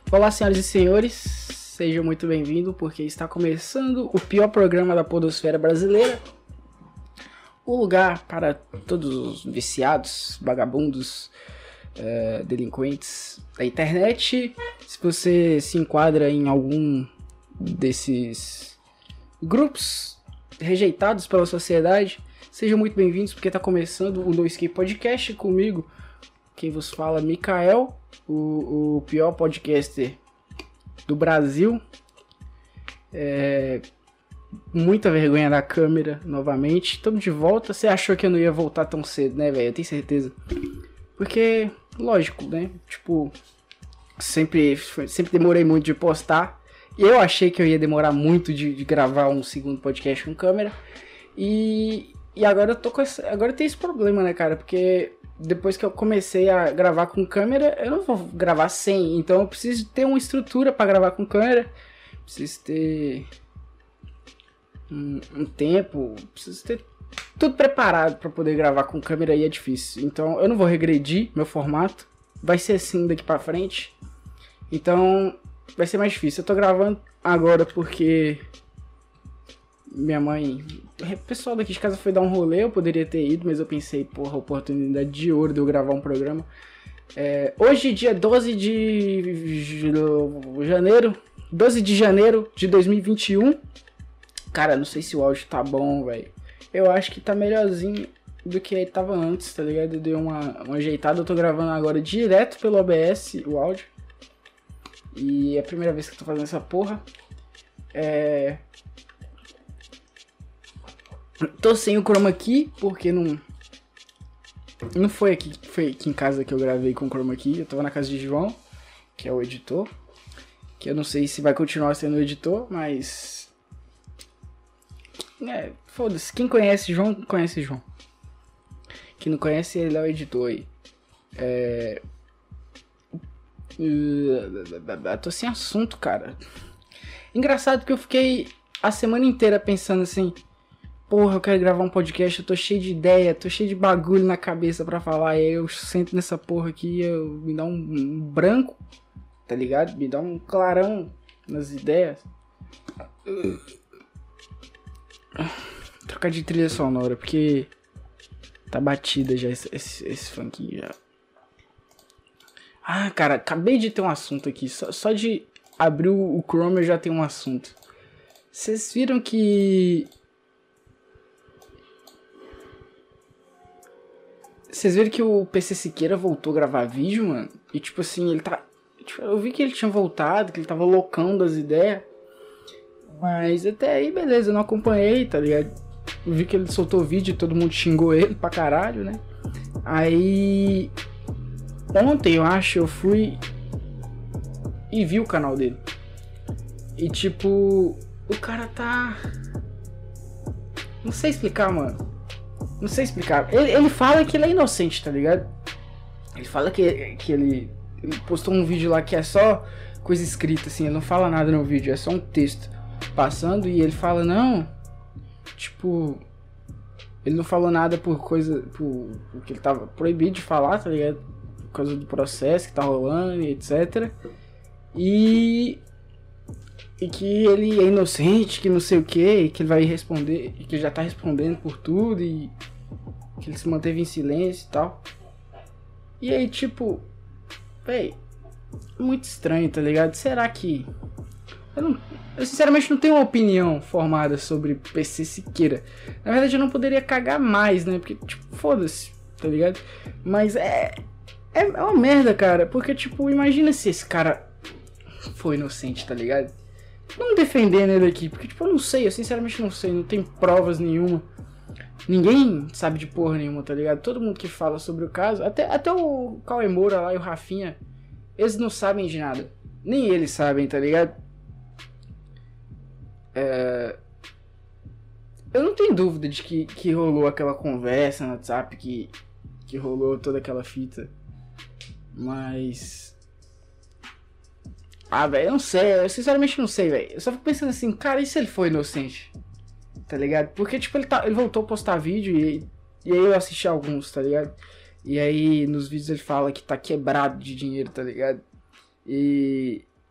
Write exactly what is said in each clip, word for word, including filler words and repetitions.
Olá, senhoras e senhores, sejam muito bem-vindos, porque está começando o pior programa da podosfera brasileira, o lugar para todos os viciados, vagabundos, uh, delinquentes da internet. Se você se enquadra em algum desses grupos rejeitados pela sociedade, sejam muito bem-vindos, porque está começando o No Escape Podcast comigo. Quem vos fala, Mikael, o, o pior podcaster do Brasil. É, muita vergonha da câmera, novamente. Estamos de volta. Você achou que eu não ia voltar tão cedo, né, velho? Eu tenho certeza. Porque, lógico, né? Tipo, sempre, sempre demorei muito de postar. E eu achei que eu ia demorar muito de, de gravar um segundo podcast com câmera. E, e agora eu tô com esse, agora tem esse problema, né, cara? Porque depois que eu comecei a gravar com câmera, eu não vou gravar sem. Então eu preciso ter uma estrutura para gravar com câmera. Preciso ter um, um tempo. Preciso ter tudo preparado para poder gravar com câmera e é difícil. Então eu não vou regredir meu formato. Vai ser assim daqui para frente. Então vai ser mais difícil. Eu tô gravando agora porque minha mãe, o pessoal daqui de casa foi dar um rolê. Eu poderia ter ido, mas eu pensei, porra, oportunidade de ouro de eu gravar um programa. É, hoje, dia doze de janeiro, doze de janeiro de dois mil e vinte e um. Cara, não sei se o áudio tá bom, velho. Eu acho que tá melhorzinho do que ele tava antes, tá ligado? Eu dei uma, uma ajeitada. Eu tô gravando agora direto pelo O B S o áudio. E é a primeira vez que eu tô fazendo essa porra. É... Tô sem o chroma key, porque não... Não foi aqui, foi aqui em casa que eu gravei com o chroma key. Eu tava na casa de João, que é o editor. Que eu não sei se vai continuar sendo o editor, mas... É, foda-se. Quem conhece João, conhece João. Quem não conhece, ele é o editor aí. É... Uh, tô sem assunto, cara. Engraçado que eu fiquei a semana inteira pensando assim: porra, eu quero gravar um podcast, eu tô cheio de ideia, tô cheio de bagulho na cabeça pra falar. E aí eu sento nessa porra aqui, eu, me dá um, um branco, tá ligado? Me dá um clarão nas ideias. uh. Trocar de trilha sonora, porque tá batida já esse, esse, esse funk já. Ah, cara, acabei de ter um assunto aqui. Só, só de abrir o, o Chrome eu já tenho um assunto. Vocês viram que... Vocês viram que o P C Siqueira voltou a gravar vídeo, mano? E tipo assim, ele tá... Tipo, eu vi que ele tinha voltado, que ele tava loucão das ideias. Mas até aí, beleza, eu não acompanhei, tá ligado? Eu vi que ele soltou vídeo e todo mundo xingou ele pra caralho, né? Aí... Ontem, eu acho, eu fui e vi o canal dele. E, tipo, o cara tá... Não sei explicar, mano. Não sei explicar. Ele, ele fala que ele é inocente, tá ligado? Ele fala que, que ele, ele postou um vídeo lá que é só coisa escrita, assim. Ele não fala nada no vídeo, é só um texto passando. E ele fala, não... Tipo... Ele não falou nada por coisa... Por, porque ele tava proibido de falar, tá ligado? Por causa do processo que tá rolando e etcétera. E... E que ele é inocente, que não sei o que, que ele vai responder, que ele já tá respondendo por tudo e que ele se manteve em silêncio e tal. E aí, tipo, véi, muito estranho, tá ligado? Será que... Eu, não, eu sinceramente não tenho uma opinião formada sobre P C Siqueira. Na verdade, eu não poderia cagar mais, né? Porque, tipo, foda-se, tá ligado? Mas é... É uma merda, cara, porque, tipo, imagina se esse cara foi inocente, tá ligado? Não defendendo ele aqui, porque, tipo, eu não sei, eu sinceramente não sei, não tem provas nenhuma. Ninguém sabe de porra nenhuma, tá ligado? Todo mundo que fala sobre o caso, até, até o Cauê Moura lá e o Rafinha, eles não sabem de nada. Nem eles sabem, tá ligado? É... Eu não tenho dúvida de que, que rolou aquela conversa no WhatsApp, que, que rolou toda aquela fita. Mas... Ah, velho, eu não sei, eu sinceramente não sei, velho. Eu só fico pensando assim, cara, e se ele foi inocente? Tá ligado? Porque, tipo, ele, tá, ele voltou a postar vídeo e, e aí eu assisti alguns, tá ligado? E aí, nos vídeos ele fala que tá quebrado de dinheiro, tá ligado? E...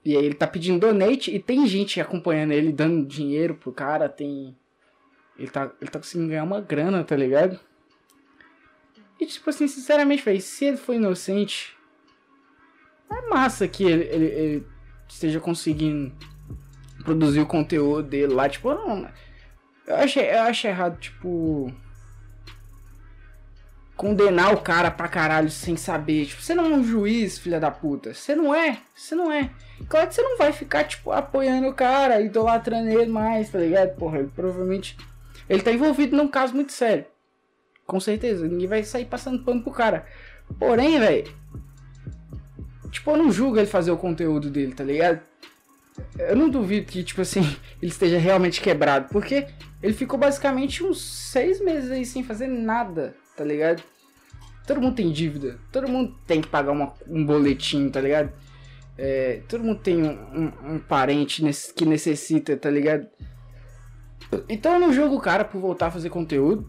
E aí ele tá pedindo donate e tem gente acompanhando ele, dando dinheiro pro cara, tem... Ele tá, ele tá conseguindo ganhar uma grana, tá ligado? E tipo assim, sinceramente, velho, se ele for inocente, é massa que ele, ele, ele esteja conseguindo produzir o conteúdo dele lá, tipo, não... Eu acho, eu acho errado, tipo... Condenar o cara pra caralho sem saber. Tipo, você não é um juiz, filha da puta. Você não é. Você não é. Claro que você não vai ficar, tipo, apoiando o cara, idolatrando ele mais, tá ligado? Porra, ele provavelmente... Ele tá envolvido num caso muito sério. Com certeza. Ninguém vai sair passando pano pro cara. Porém, velho... Tipo, eu não julgo ele fazer o conteúdo dele, tá ligado? Eu não duvido que, tipo assim, ele esteja realmente quebrado. Porque ele ficou basicamente uns seis meses aí sem fazer nada, tá ligado? Todo mundo tem dívida. Todo mundo tem que pagar uma, um boletim, tá ligado? É, todo mundo tem um, um, um parente nesse, que necessita, tá ligado? Então eu não julgo o cara por voltar a fazer conteúdo.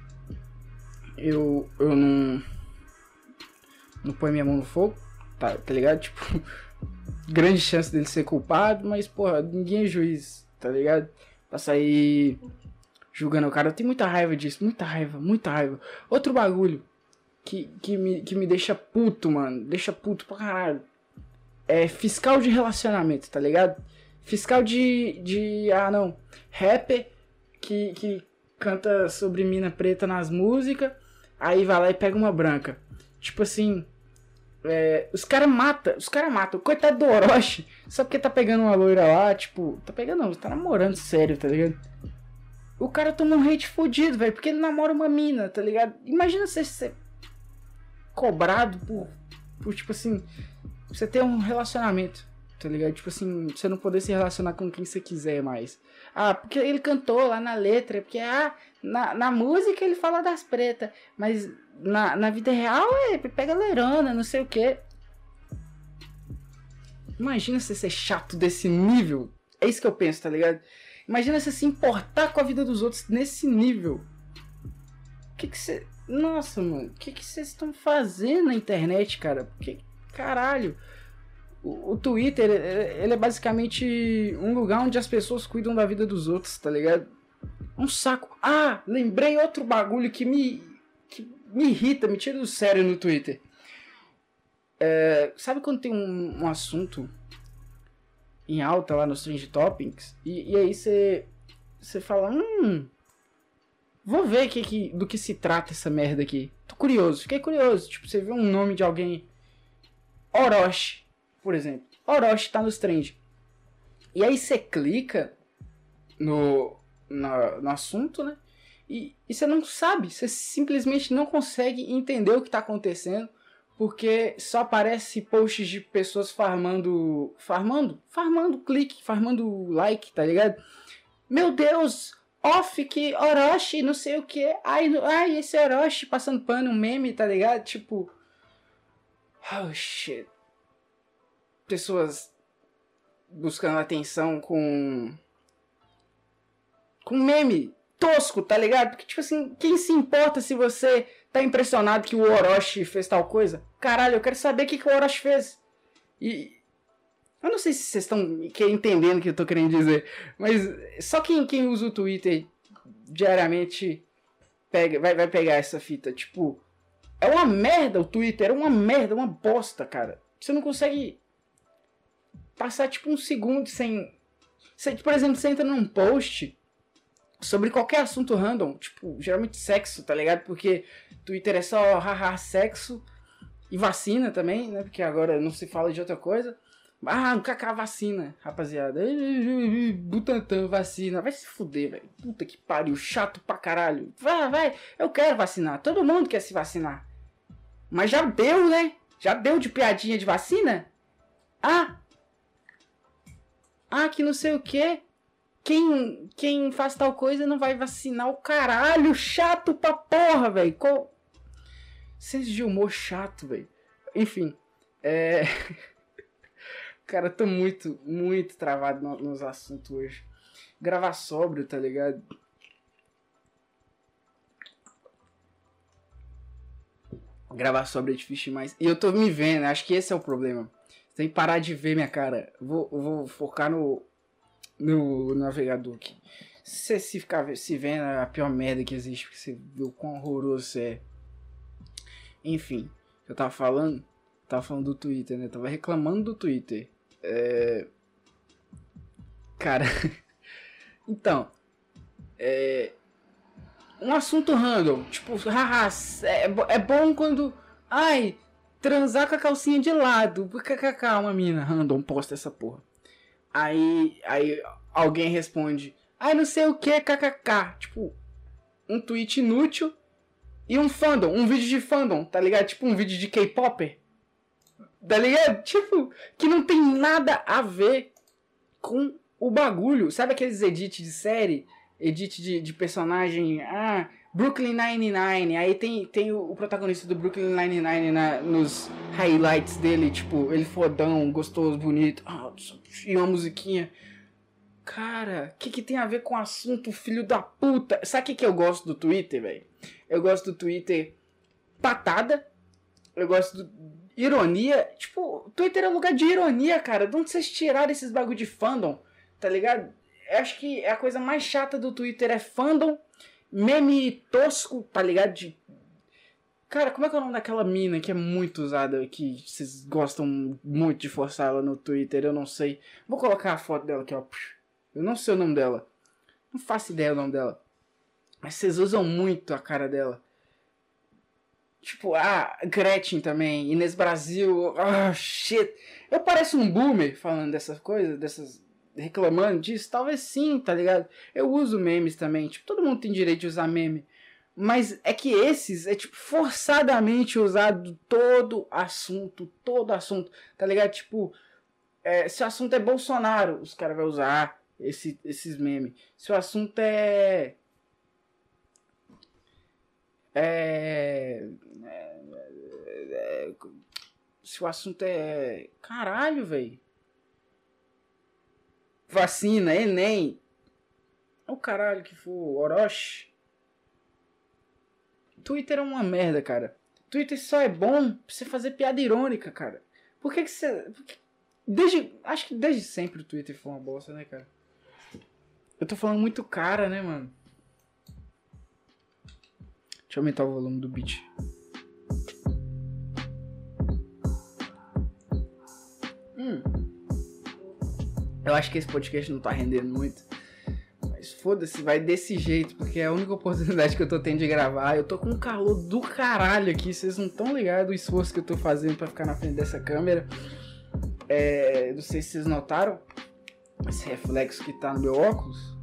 Eu, eu não... Não põe minha mão no fogo, tá, tá ligado? Tipo... Grande chance dele ser culpado, mas, porra, ninguém é juiz, tá ligado? Pra sair julgando o cara. Eu tenho muita raiva disso, muita raiva, muita raiva. Outro bagulho que, que, me, que me deixa puto, mano, deixa puto pra caralho. É fiscal de relacionamento, tá ligado? Fiscal de, de ah, não, rapper que, que canta sobre mina preta nas músicas, aí vai lá e pega uma branca. Tipo assim... É, os caras matam, os caras matam. Coitado do Orochi, só porque tá pegando uma loira lá, tipo, tá pegando não, tá namorando sério, tá ligado? O cara toma um hate fodido, velho, porque ele namora uma mina, tá ligado? Imagina você ser cobrado por, por, tipo assim, você ter um relacionamento, tá ligado? Tipo assim, você não poder se relacionar com quem você quiser mais. Ah, porque ele cantou lá na letra, porque ah, na, na música ele fala das pretas, mas na, na vida real é pega leirona, não sei o que. Imagina você ser chato desse nível. É isso que eu penso, tá ligado? Imagina você se importar com a vida dos outros nesse nível. O que que você... Nossa, mano, o que que vocês estão fazendo na internet, cara? Porque, caralho... O Twitter, ele é basicamente um lugar onde as pessoas cuidam da vida dos outros, tá ligado? Um saco. Ah, lembrei outro bagulho que me, que me irrita, me tira do sério no Twitter. É, sabe quando tem um, um assunto em alta lá nos Trend Topics? E, e aí você você fala, hum, vou ver que, que, do que se trata essa merda aqui. Tô curioso, fiquei curioso. Tipo, você vê um nome de alguém, Orochi, por exemplo. Orochi tá nos trend. E aí você clica no, no, no assunto, né? E, e você não sabe, você simplesmente não consegue entender o que tá acontecendo, porque só aparece posts de pessoas farmando, farmando, farmando clique, farmando like, tá ligado? Meu Deus, off que Orochi, não sei o que, ai, ai, esse Orochi passando pano, um meme, tá ligado? Tipo, oh shit. Pessoas buscando atenção com com meme tosco, tá ligado? Porque, tipo assim, quem se importa se você tá impressionado que o Orochi fez tal coisa? Caralho, eu quero saber o que, que o Orochi fez. E eu não sei se vocês estão entendendo o que eu tô querendo dizer, mas só quem, quem usa o Twitter diariamente pega, vai, vai pegar essa fita. Tipo, é uma merda o Twitter, é uma merda, uma bosta, cara. Você não consegue passar tipo um segundo sem... Você, por exemplo, você entra num post sobre qualquer assunto random, tipo, geralmente sexo, tá ligado? Porque Twitter é só haha sexo e vacina também, né? Porque agora não se fala de outra coisa. Ah, kkk vacina, rapaziada. Butantan vacina. Vai se fuder, velho. Puta que pariu, chato pra caralho. Vai, vai, eu quero vacinar. Todo mundo quer se vacinar. Mas já deu, né? Já deu de piadinha de vacina? Ah, Ah, que não sei o que. Quem, quem faz tal coisa não vai vacinar o caralho. Chato pra porra, velho. Qual... Senso de humor chato, velho. Enfim. É... Cara, eu tô muito, muito travado no, nos assuntos hoje. Gravar sóbrio, tá ligado? Gravar sóbrio é difícil demais. E eu tô me vendo, acho que esse é o problema. Tem que parar de ver minha cara. Vou, vou focar no, no navegador aqui. Se você se ficar se vendo é a pior merda que existe, porque você viu o quão horroroso você é. Enfim, eu tava falando, tava falando do Twitter, né? Tava reclamando do Twitter. É... Cara, então, é... um assunto random, tipo, haha, é, é bom quando, ai, transar com a calcinha de lado, porque calma, mina, random, posta essa porra. Aí, aí alguém responde, ai, não sei o que, kkk, tipo, um tweet inútil e um fandom, um vídeo de fandom, tá ligado? Tipo um vídeo de K-Popper, tá ligado? Tipo, que não tem nada a ver com o bagulho. Sabe aqueles edits de série? Edit de, de personagem, ah, Brooklyn Nine-Nine, aí tem, tem o, o protagonista do Brooklyn Nine-Nine na, nos highlights dele, tipo, ele fodão, gostoso, bonito, ah, e uma musiquinha. Cara, o que, que tem a ver com o assunto, filho da puta? Sabe o que, que eu gosto do Twitter, velho? Eu gosto do Twitter patada, eu gosto do ironia. Tipo, Twitter é um lugar de ironia, cara. De onde vocês tiraram esses bagulho de fandom, tá ligado? Eu acho que a coisa mais chata do Twitter é fandom, meme tosco, tá ligado? De... Cara, como é que é o nome daquela mina que é muito usada, que vocês gostam muito de forçar ela no Twitter? Eu não sei. Vou colocar a foto dela aqui, ó. Eu não sei o nome dela. Não faço ideia do nome dela. Mas vocês usam muito a cara dela. Tipo, ah, Gretchen também, Inês Brasil, ah, shit. Eu pareço um boomer falando dessas coisas, dessas... reclamando disso? Talvez sim, tá ligado? Eu uso memes também, tipo, todo mundo tem direito de usar meme. Mas é que esses é, tipo, forçadamente usado todo assunto, todo assunto, tá ligado? Tipo, é, se o assunto é Bolsonaro, os caras vão usar esse, esses memes. Se o assunto é... É... é, é se o assunto é... Caralho, velho. Vacina, Enem. O caralho que for, Orochi. Twitter é uma merda, cara. Twitter só é bom pra você fazer piada irônica, cara. Por que que você... Desde... Acho que desde sempre o Twitter foi uma bosta, né, cara? Eu tô falando muito cara, né, mano? Deixa eu aumentar o volume do beat. Hum. Eu acho que esse podcast não tá rendendo muito. Mas foda-se, vai desse jeito, porque é a única oportunidade que eu tô tendo de gravar. Eu tô com um calor do caralho aqui, vocês não estão ligados o esforço que eu tô fazendo pra ficar na frente dessa câmera. É, não sei se vocês notaram, esse reflexo que tá no meu óculos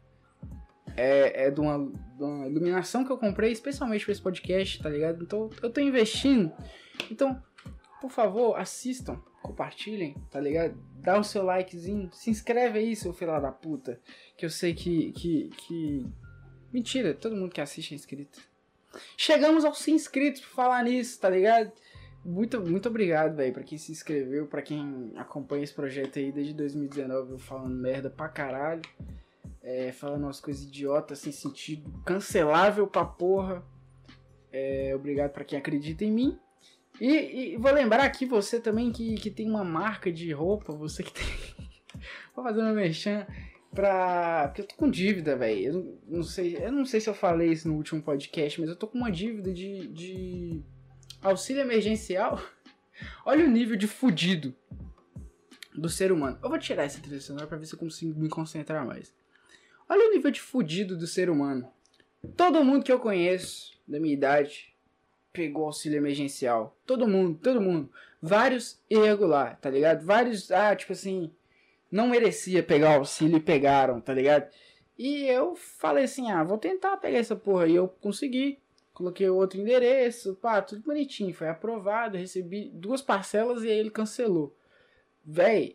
é, é de, uma, de uma iluminação que eu comprei especialmente pra esse podcast, tá ligado? Então eu tô investindo. Então, por favor, assistam, compartilhem, tá ligado? Dá o seu likezinho, se inscreve aí, seu filho da puta. Que eu sei que, que, que... Mentira, todo mundo que assiste é inscrito. Chegamos aos cem inscritos por falar nisso, tá ligado? Muito, muito obrigado, velho, pra quem se inscreveu, pra quem acompanha esse projeto aí desde dois mil e dezenove, eu falando merda pra caralho. É, falando umas coisas idiotas, sem sentido, cancelável pra porra. É, obrigado pra quem acredita em mim. E, e vou lembrar aqui você também que, que tem uma marca de roupa, você que tem... Vou fazer uma merchan pra... Porque eu tô com dívida, velho. Eu não, não sei, eu não sei se eu falei isso no último podcast, mas eu tô com uma dívida de, de auxílio emergencial. Olha o nível de fudido do ser humano. Eu vou tirar essa trilha sonora pra ver se eu consigo me concentrar mais. Olha o nível de fudido do ser humano. Todo mundo que eu conheço, da minha idade... pegou auxílio emergencial. Todo mundo, todo mundo. Vários irregular, tá ligado? Vários, ah, tipo assim, não merecia pegar auxílio e pegaram, tá ligado? E eu falei assim, ah, vou tentar pegar essa porra. E eu consegui. Coloquei outro endereço, pá, tudo bonitinho. Foi aprovado, recebi duas parcelas e aí ele cancelou. Véi,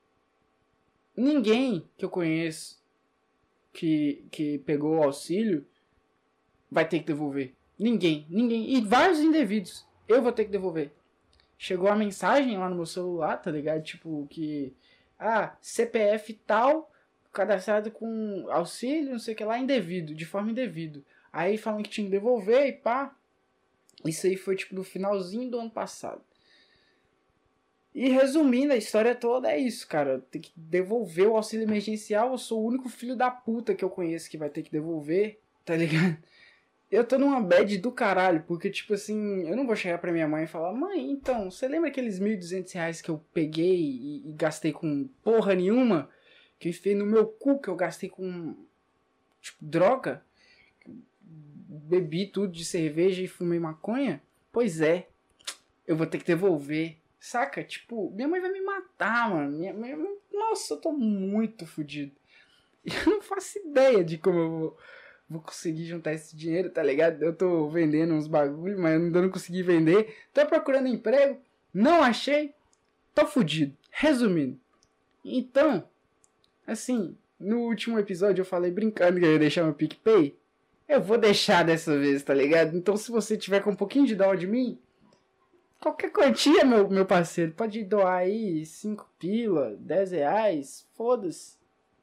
ninguém que eu conheço que, que pegou o auxílio vai ter que devolver. Ninguém, ninguém. E vários indevidos. Eu vou ter que devolver. Chegou a mensagem lá no meu celular, tá ligado? Tipo, que... Ah, C P F tal, cadastrado com auxílio, não sei o que lá, indevido, de forma indevida. Aí falando que tinha que devolver e pá. Isso aí foi, tipo, no finalzinho do ano passado. E resumindo a história toda, é isso, cara. Tem que devolver o auxílio emergencial. Eu sou o único filho da puta que eu conheço que vai ter que devolver, tá ligado? Eu tô numa bad do caralho, porque, tipo assim, eu não vou chegar pra minha mãe e falar: mãe, então, você lembra aqueles mil e duzentos reais que eu peguei e, e gastei com porra nenhuma? Que eu enfiei no meu cu, que eu gastei com, tipo, droga? Bebi tudo de cerveja e fumei maconha? Pois é, eu vou ter que devolver. Saca? Tipo, minha mãe vai me matar, mano. Minha, minha, nossa, eu tô muito fodido. E eu não faço ideia de como eu vou, vou conseguir juntar esse dinheiro, tá ligado? Eu tô vendendo uns bagulho, mas ainda não consegui vender. Tô procurando emprego, não achei, tô fudido. Resumindo. Então, assim, no último episódio eu falei brincando que eu ia deixar meu PicPay. Eu vou deixar dessa vez, tá ligado? Então se você tiver com um pouquinho de dó de mim, qualquer quantia, meu, meu parceiro, pode doar aí cinco pila, dez reais, foda-se.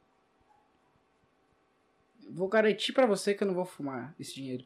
Vou garantir pra você que eu não vou fumar esse dinheiro.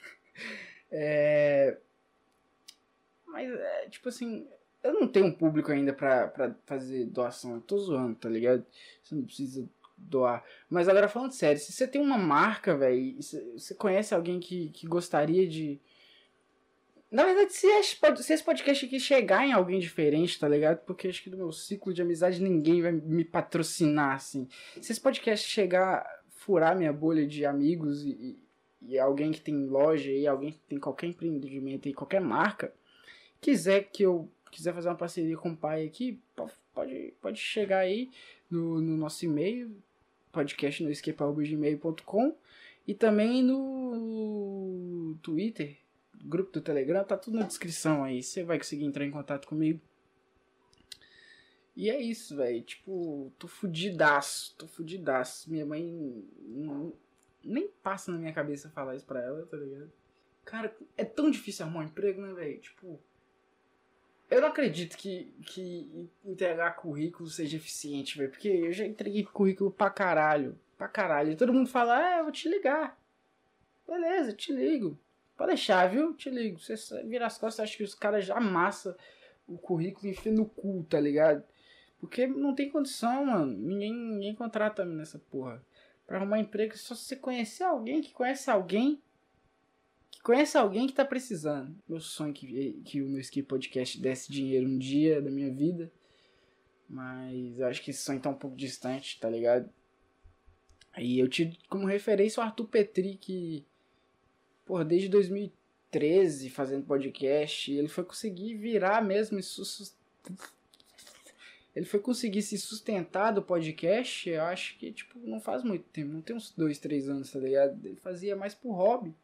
é... Mas, é, tipo assim, eu não tenho um público ainda pra, pra fazer doação. Eu tô zoando, tá ligado? Você não precisa doar. Mas agora falando sério, se você tem uma marca, velho, você conhece alguém que, que gostaria de... Na verdade, se esse podcast aqui chegar em alguém diferente, tá ligado? Porque acho que do meu ciclo de amizade ninguém vai me patrocinar, assim. Se esse podcast chegar, furar minha bolha de amigos e, e alguém que tem loja e alguém que tem qualquer empreendimento e qualquer marca, quiser que eu quiser fazer uma parceria com o pai aqui, pode, pode chegar aí no, no nosso e-mail, podcast no escape arroba gmail ponto com, e também no Twitter, grupo do Telegram, tá tudo na descrição aí. Você vai conseguir entrar em contato comigo. E é isso, velho. Tipo, tô fudidaço. Tô fudidaço. Minha mãe não, nem passa na minha cabeça falar isso pra ela, tá ligado? Cara, é tão difícil arrumar um emprego, né, velho? Tipo, eu não acredito que, que entregar currículo seja eficiente, velho. Porque eu já entreguei currículo pra caralho. Pra caralho. E todo mundo fala: ah, eu vou te ligar. Beleza, te ligo. Pode deixar, viu? Te ligo. Você virar as costas, acho que os caras já amassam o currículo e enfiam no cu, tá ligado? Porque não tem condição, mano. Ninguém, ninguém contrata nessa porra. Pra arrumar emprego, só se você conhecer alguém que conhece alguém que conhece alguém que tá precisando. Meu sonho é que, que o meu Escape Podcast desse dinheiro um dia da minha vida. Mas eu acho que esse sonho tá um pouco distante, tá ligado? Aí eu tive como referência o Arthur Petri, que... Porra, desde dois mil e treze fazendo podcast, ele foi conseguir virar mesmo e sus... ele foi conseguir se sustentar do podcast, eu acho que, tipo, não faz muito tempo, não tem uns dois, três anos, tá ligado? Ele fazia mais por hobby.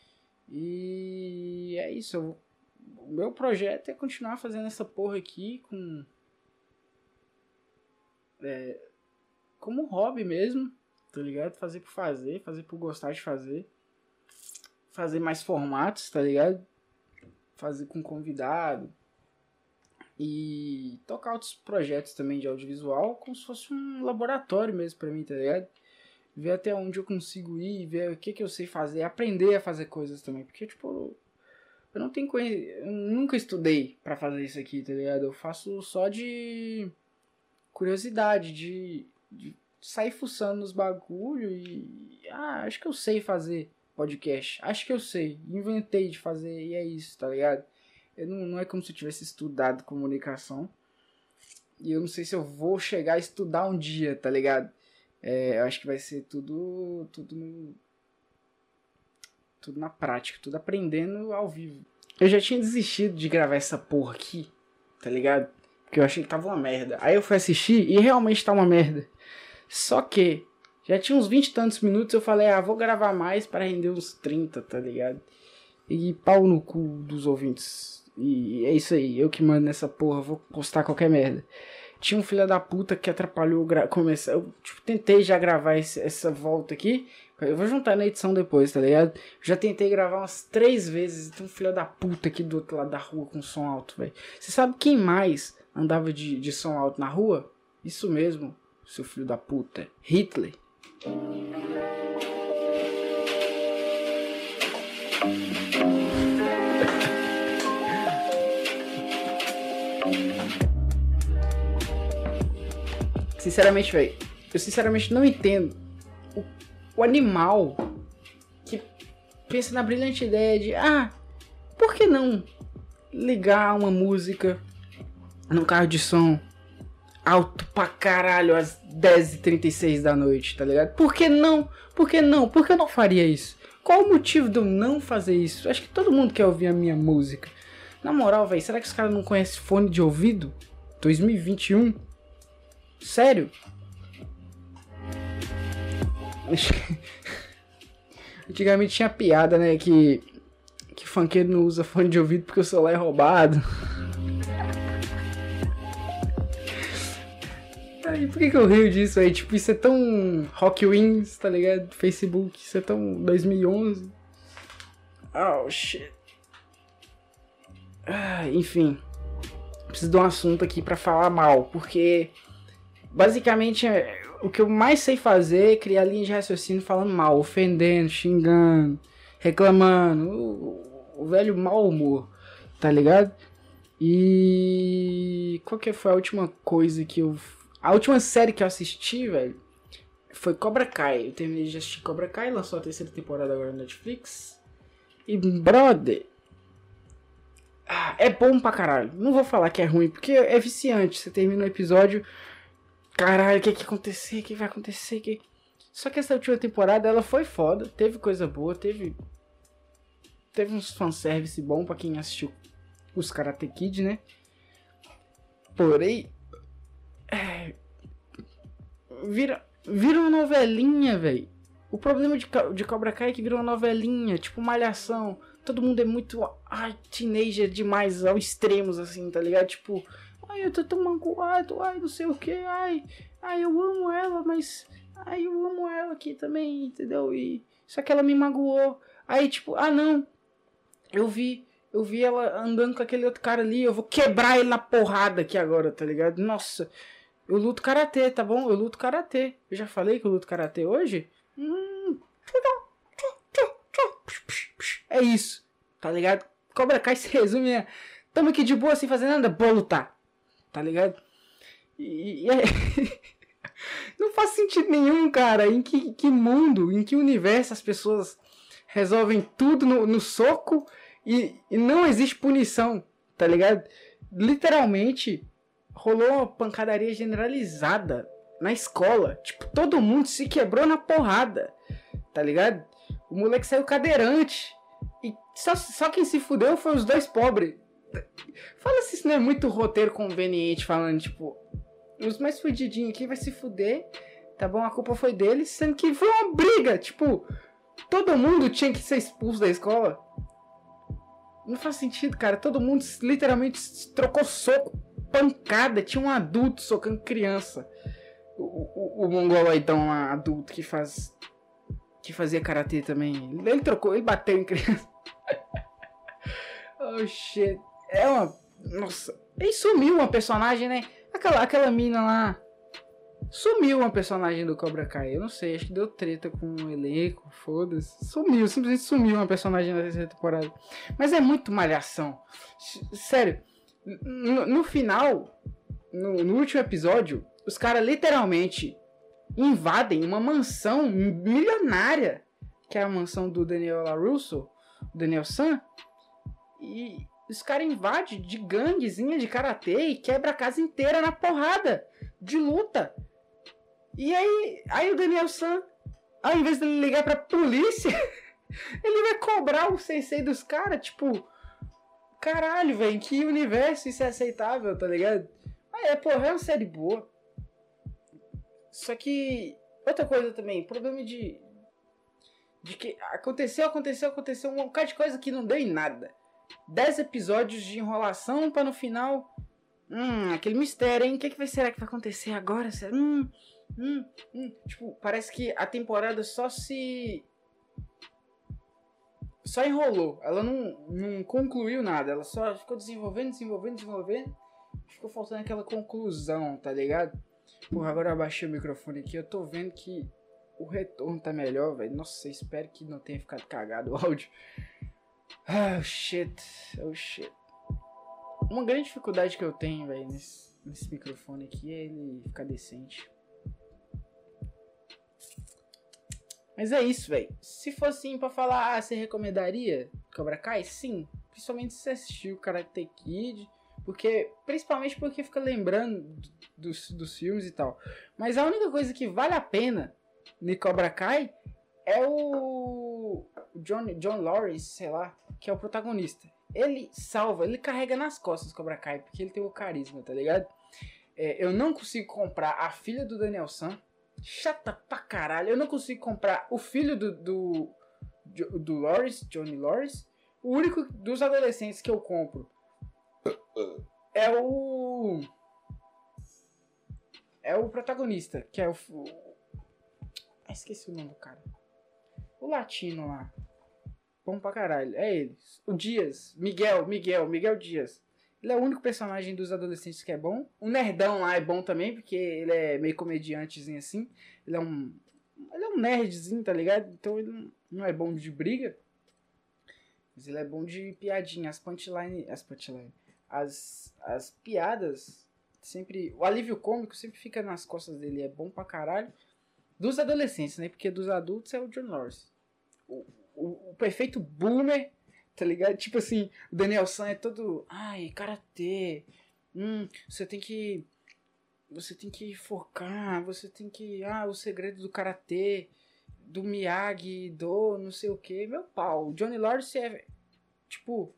E é isso, eu... o meu projeto é continuar fazendo essa porra aqui com... É... como hobby mesmo, tá ligado? Fazer por fazer, fazer por gostar de fazer. Fazer mais formatos, tá ligado? Fazer com convidado. E tocar outros projetos também de audiovisual, como se fosse um laboratório mesmo pra mim, tá ligado? Ver até onde eu consigo ir, ver o que, que eu sei fazer, aprender a fazer coisas também. Porque, tipo, eu não tenho conhecimento, eu nunca estudei pra fazer isso aqui, tá ligado? Eu faço só de curiosidade, de, de sair fuçando nos bagulho e... Ah, acho que eu sei fazer podcast. Acho que eu sei. Inventei de fazer e é isso, tá ligado? Eu não, não é como se eu tivesse estudado comunicação. E eu não sei se eu vou chegar a estudar um dia, tá ligado? É, eu acho que vai ser tudo... Tudo no, tudo na prática. Tudo aprendendo ao vivo. Eu já tinha desistido de gravar essa porra aqui, tá ligado? Porque eu achei que tava uma merda. Aí eu fui assistir e realmente tá uma merda. Só que... já tinha uns vinte e tantos minutos, eu falei, ah, vou gravar mais para render uns trinta, tá ligado? E pau no cu dos ouvintes. E é isso aí, eu que mando nessa porra, vou postar qualquer merda. Tinha um filho da puta que atrapalhou gra- começar. Eu tipo, tentei já gravar esse, essa volta aqui. Eu vou juntar na edição depois, tá ligado? Já tentei gravar umas três vezes e tem um filho da puta aqui do outro lado da rua com som alto, velho. Você sabe quem mais andava de, de som alto na rua? Isso mesmo, seu filho da puta. Hitler. Sinceramente, velho, eu sinceramente não entendo o, o animal que pensa na brilhante ideia de, ah, por que não ligar uma música num carro de som alto pra caralho às dez e trinta e seis da noite, tá ligado? Por que não? Por que não? Por que eu não faria isso? Qual o motivo de eu não fazer isso? Acho que todo mundo quer ouvir a minha música. Na moral, velho, será que os caras não conhecem fone de ouvido? dois mil e vinte e um? Sério? Antigamente tinha piada, né, que que funkeiro não usa fone de ouvido porque o celular é roubado. Aí, por que que eu rio disso aí? Tipo, isso é tão Rock Wins, tá ligado? Facebook, isso é tão dois mil e onze. Oh, shit. Ah, enfim. Preciso de um assunto aqui pra falar mal, porque basicamente o que eu mais sei fazer é criar linha de raciocínio falando mal, ofendendo, xingando, reclamando, o, o velho mau humor, tá ligado? E qual que foi a última coisa que eu... A última série que eu assisti, velho, foi Cobra Kai. Eu terminei de assistir Cobra Kai, lançou a terceira temporada agora na Netflix. E, brother, ah, é bom pra caralho. Não vou falar que é ruim, porque é viciante. Você termina o episódio, caralho, o que que acontecer? O que vai acontecer? Que... Só que essa última temporada, ela foi foda. Teve coisa boa, teve... Teve uns fanservice bom pra quem assistiu os Karate Kid, né? Porém... É... Vira... Vira uma novelinha, velho. O problema de, de Cobra Kai é que vira uma novelinha, tipo Malhação. Todo mundo é muito, ai, teenager demais, ao extremos, assim, tá ligado? Tipo, ai, eu tô tão magoado, ai, não sei o que, ai, ai, eu amo ela, mas, ai, eu amo ela aqui também, entendeu? E só que ela me magoou. Aí, tipo, ah, não, eu vi, eu vi ela andando com aquele outro cara ali, eu vou quebrar ele na porrada aqui agora, tá ligado? Nossa, eu luto karatê, tá bom? Eu luto karatê. Eu já falei que eu luto karatê hoje? Hum... É isso, tá ligado? Cobra Kai se resume a... Tamo aqui de boa sem fazer nada, bora lutar, tá ligado? E, e é... Não faz sentido nenhum, cara. Em que, que mundo, em que universo as pessoas resolvem tudo no, no soco e, e não existe punição, tá ligado? Literalmente, rolou uma pancadaria generalizada na escola. Tipo, todo mundo se quebrou na porrada, tá ligado? O moleque saiu cadeirante. E só, só quem se fudeu foi os dois pobres. Fala se isso não é muito roteiro conveniente, falando, tipo, os mais fudidinhos aqui vai se fuder, tá bom? A culpa foi deles, sendo que foi uma briga, tipo, todo mundo tinha que ser expulso da escola. Não faz sentido, cara. Todo mundo literalmente trocou soco, pancada. Tinha um adulto socando criança. O, o, o mongolo aí, então, um adulto que faz... que fazia karatê também. Ele trocou, ele bateu em criança. Oh shit. É uma... Nossa. E sumiu uma personagem, né? Aquela, aquela mina lá. Sumiu uma personagem do Cobra Kai. Eu não sei, acho que deu treta com o elenco. Foda-se. Sumiu, simplesmente sumiu uma personagem na terceira temporada. Mas é muito malhação. Sério. No, no final, no, no último episódio, os caras literalmente invadem uma mansão milionária, que é a mansão do Daniel LaRusso, Daniel San, e os caras invadem de ganguezinha de karatê e quebra a casa inteira na porrada de luta. E aí, aí o Daniel San, ao invés de ele ligar pra polícia, ele vai cobrar o sensei dos caras, tipo, caralho, velho, em que universo isso é aceitável, tá ligado? Ah, é, porra, é uma série boa. Só que, outra coisa também, problema de... De que aconteceu, aconteceu, aconteceu um bocado de coisa que não deu em nada. Dez episódios de enrolação pra no final... Hum, aquele mistério, hein? O que, que vai, será que vai acontecer agora? Hum, hum, hum. Tipo, parece que a temporada só se... Só enrolou. Ela não, não concluiu nada. Ela só ficou desenvolvendo, desenvolvendo, desenvolvendo. Ficou faltando aquela conclusão, tá ligado? Porra, agora eu abaixei o microfone aqui. Eu tô vendo que o retorno tá melhor, velho. Nossa, espero que não tenha ficado cagado o áudio. Oh, shit. Oh, shit. Uma grande dificuldade que eu tenho, velho, nesse, esse microfone aqui, ele fica decente. Mas é isso, velho. Se fosse assim pra falar, ah, você recomendaria Cobra Kai? Sim. Principalmente se você assistiu Karate Kid. Porque, principalmente porque fica lembrando dos, dos filmes e tal. Mas a única coisa que vale a pena no Cobra Kai é o John, John Lawrence, sei lá, que é o protagonista. Ele salva, ele carrega nas costas o Cobra Kai, porque ele tem o carisma, tá ligado? É, eu não consigo comprar a filha do Daniel San. Chata pra caralho. Eu não consigo comprar o filho do, do, do Lawrence, Johnny Lawrence. O único dos adolescentes que eu compro é o... É o protagonista, que é o... Ah, esqueci o nome do cara. O latino lá. Bom pra caralho. É ele. O Dias. Miguel, Miguel, Miguel Dias. Ele é o único personagem dos adolescentes que é bom. O nerdão lá é bom também, porque ele é meio comediantezinho assim. Ele é um... Ele é um nerdzinho, tá ligado? Então ele não é bom de briga. Mas ele é bom de piadinha. As punchline... As punchline... As, as piadas sempre... O alívio cômico sempre fica nas costas dele. É bom pra caralho. Dos adolescentes, né? Porque dos adultos é o John Lawrence. O, o, o perfeito boomer... Tá ligado? Tipo assim, o Daniel San é todo... Ai, karatê. Hum, você tem que... Você tem que focar. Você tem que... Ah, o segredo do karatê. Do Miyagi, do não sei o que. Meu pau. O Johnny Lawrence é... Tipo...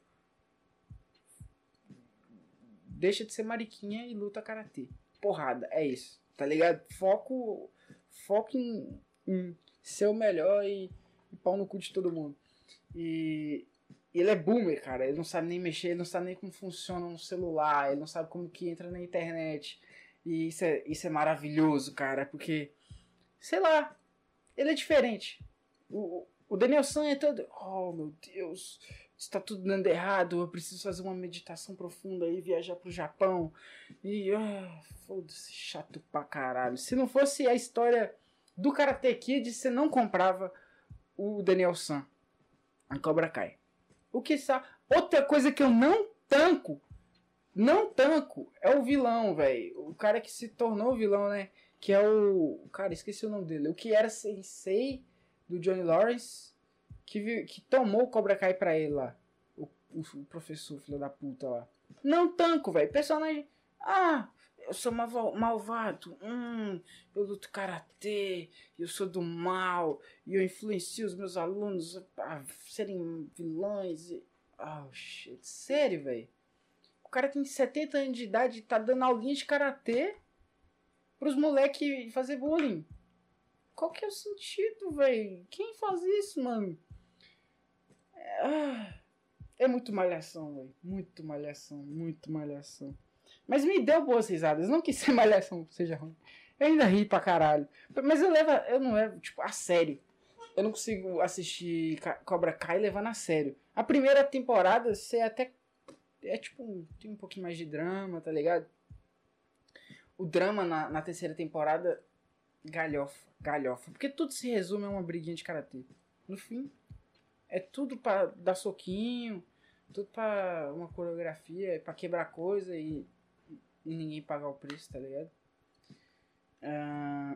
Deixa de ser mariquinha e luta karatê. Porrada, é isso. Tá ligado? Foco... Foco em... em ser o melhor e... E pau no cu de todo mundo. E... Ele é boomer, cara. Ele não sabe nem mexer, ele não sabe nem como funciona um celular, ele não sabe como que entra na internet. E isso é, isso é maravilhoso, cara, porque, sei lá, ele é diferente. O, o Daniel San é todo... Oh, meu Deus, está tudo dando errado, eu preciso fazer uma meditação profunda e viajar pro Japão. E, ah, foda-se, chato pra caralho. Se não fosse a história do Karate Kid, você não comprava o Daniel San em Cobra Kai. O que sabe? Outra coisa que eu não tanco, não tanco, é o vilão, velho. O cara que se tornou vilão, né? Que é o... Cara, esqueci o nome dele. O que era sensei do Johnny Lawrence, que, que tomou o Cobra Kai pra ele lá. O, o, o professor, filho da puta lá. Não tanco, velho. Personagem... Ah, eu sou malva- malvado. Hum, eu luto karatê. Eu sou do mal. E eu influencio os meus alunos a serem vilões. E... Oh, shit. Sério, velho? O cara tem setenta anos de idade e tá dando aulinha de karatê pros moleques fazer bullying. Qual que é o sentido, velho? Quem faz isso, mano? É, ah, é muito malhação, velho. Muito malhação, muito malhação. Mas me deu boas risadas. Não que ser malhação seja ruim. Eu ainda ri pra caralho. Mas eu levo, eu não levo, tipo, a sério. Eu não consigo assistir Cobra Kai levando a sério. A primeira temporada, você até... É tipo, tem um pouquinho mais de drama, tá ligado? O drama na, na terceira temporada, galhofa, galhofa. Porque tudo se resume a uma briguinha de karatê. No fim, é tudo pra dar soquinho, tudo pra uma coreografia, pra quebrar coisa e... E ninguém pagar o preço, tá ligado? Ah...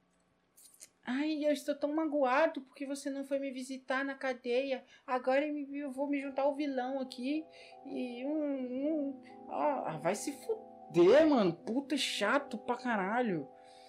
Ai, eu estou tão magoado porque você não foi me visitar na cadeia. Agora eu vou me juntar ao vilão aqui. E um... um... Ah, vai se fuder, mano. Puta chato pra caralho.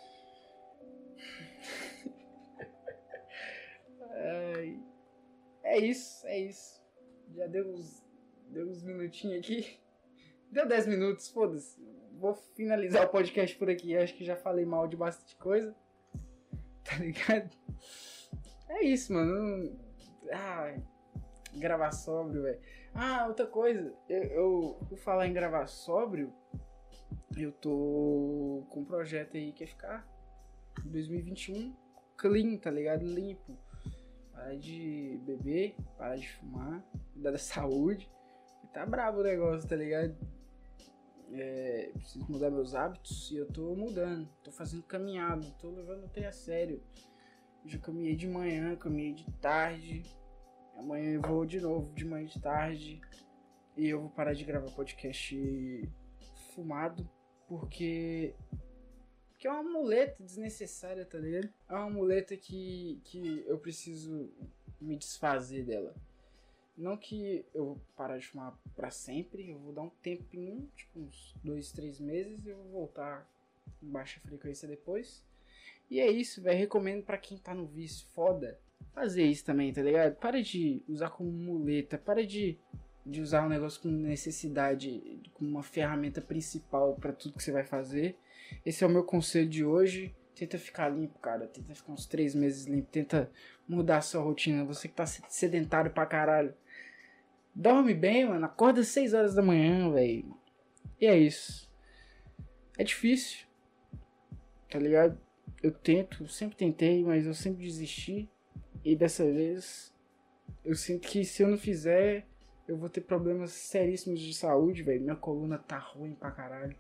Ai... É isso, é isso. Já deu uns, deu uns minutinhos aqui. Deu dez minutos, foda-se. Vou finalizar o podcast por aqui. Acho que já falei mal de bastante coisa. Tá ligado? É isso, mano. Ah, gravar sóbrio, velho. Ah, outra coisa. Eu, eu, por falar em gravar sóbrio, eu tô com um projeto aí que é ficar dois mil e vinte e um clean, tá ligado? Limpo. Parar de beber, parar de fumar, cuidar da saúde. Tá brabo o negócio, tá ligado? É, preciso mudar meus hábitos e eu tô mudando, tô fazendo caminhada, tô levando até a sério. Já caminhei de manhã, caminhei de tarde, amanhã eu vou de novo de manhã e de tarde e eu vou parar de gravar podcast fumado porque... Porque é uma muleta desnecessária, tá ligado? É uma muleta que, que eu preciso me desfazer dela. Não que eu vou parar de fumar pra sempre, eu vou dar um tempinho, tipo uns dois, três meses, e eu vou voltar em baixa frequência depois. E é isso, velho. Recomendo pra quem tá no vício foda fazer isso também, tá ligado? Para de usar como muleta, para de, de usar um negócio com necessidade, como uma ferramenta principal pra tudo que você vai fazer. Esse é o meu conselho de hoje. Tenta ficar limpo, cara. Tenta ficar uns três meses limpo. Tenta mudar a sua rotina. Você que tá sedentário pra caralho. Dorme bem, mano. Acorda às seis horas da manhã, velho. E é isso. É difícil. Tá ligado? Eu tento, sempre tentei, mas eu sempre desisti. E dessa vez, eu sinto que se eu não fizer, eu vou ter problemas seríssimos de saúde, velho. Minha coluna tá ruim pra caralho.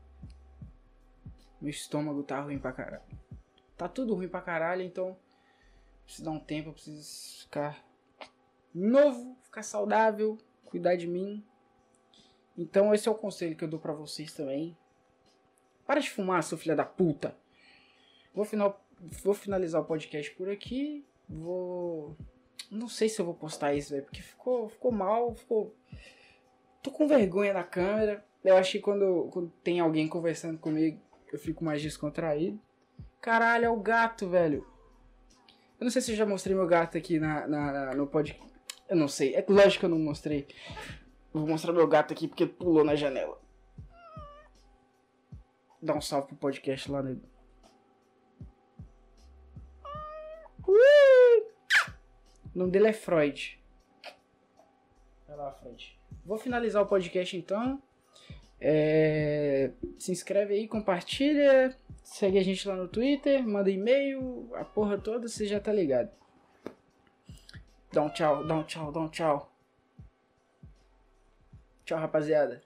Meu estômago tá ruim pra caralho. Tá tudo ruim pra caralho, então preciso dar um tempo, eu preciso ficar novo, ficar saudável, cuidar de mim. Então esse é o conselho que eu dou pra vocês também. Para de fumar, seu filho da puta. Vou, final, vou finalizar o podcast por aqui. Vou... Não sei se eu vou postar isso, velho, porque ficou, ficou mal, ficou... Tô com vergonha da câmera. Eu acho que quando, quando tem alguém conversando comigo, eu fico mais descontraído. Caralho, é o gato, velho. Eu não sei se eu já mostrei meu gato aqui na, na, na, no podcast. Eu não sei. É lógico que eu não mostrei. Eu vou mostrar meu gato aqui porque pulou na janela. Dá um salve pro podcast lá, né? Uh! O nome dele é Freud. Vai lá, Freud. Vou finalizar o podcast então. É... Se inscreve aí, compartilha. Segue a gente lá no Twitter. Manda e-mail. A porra toda, você já tá ligado. Dá um tchau, dá um tchau, dá um tchau. Tchau, rapaziada.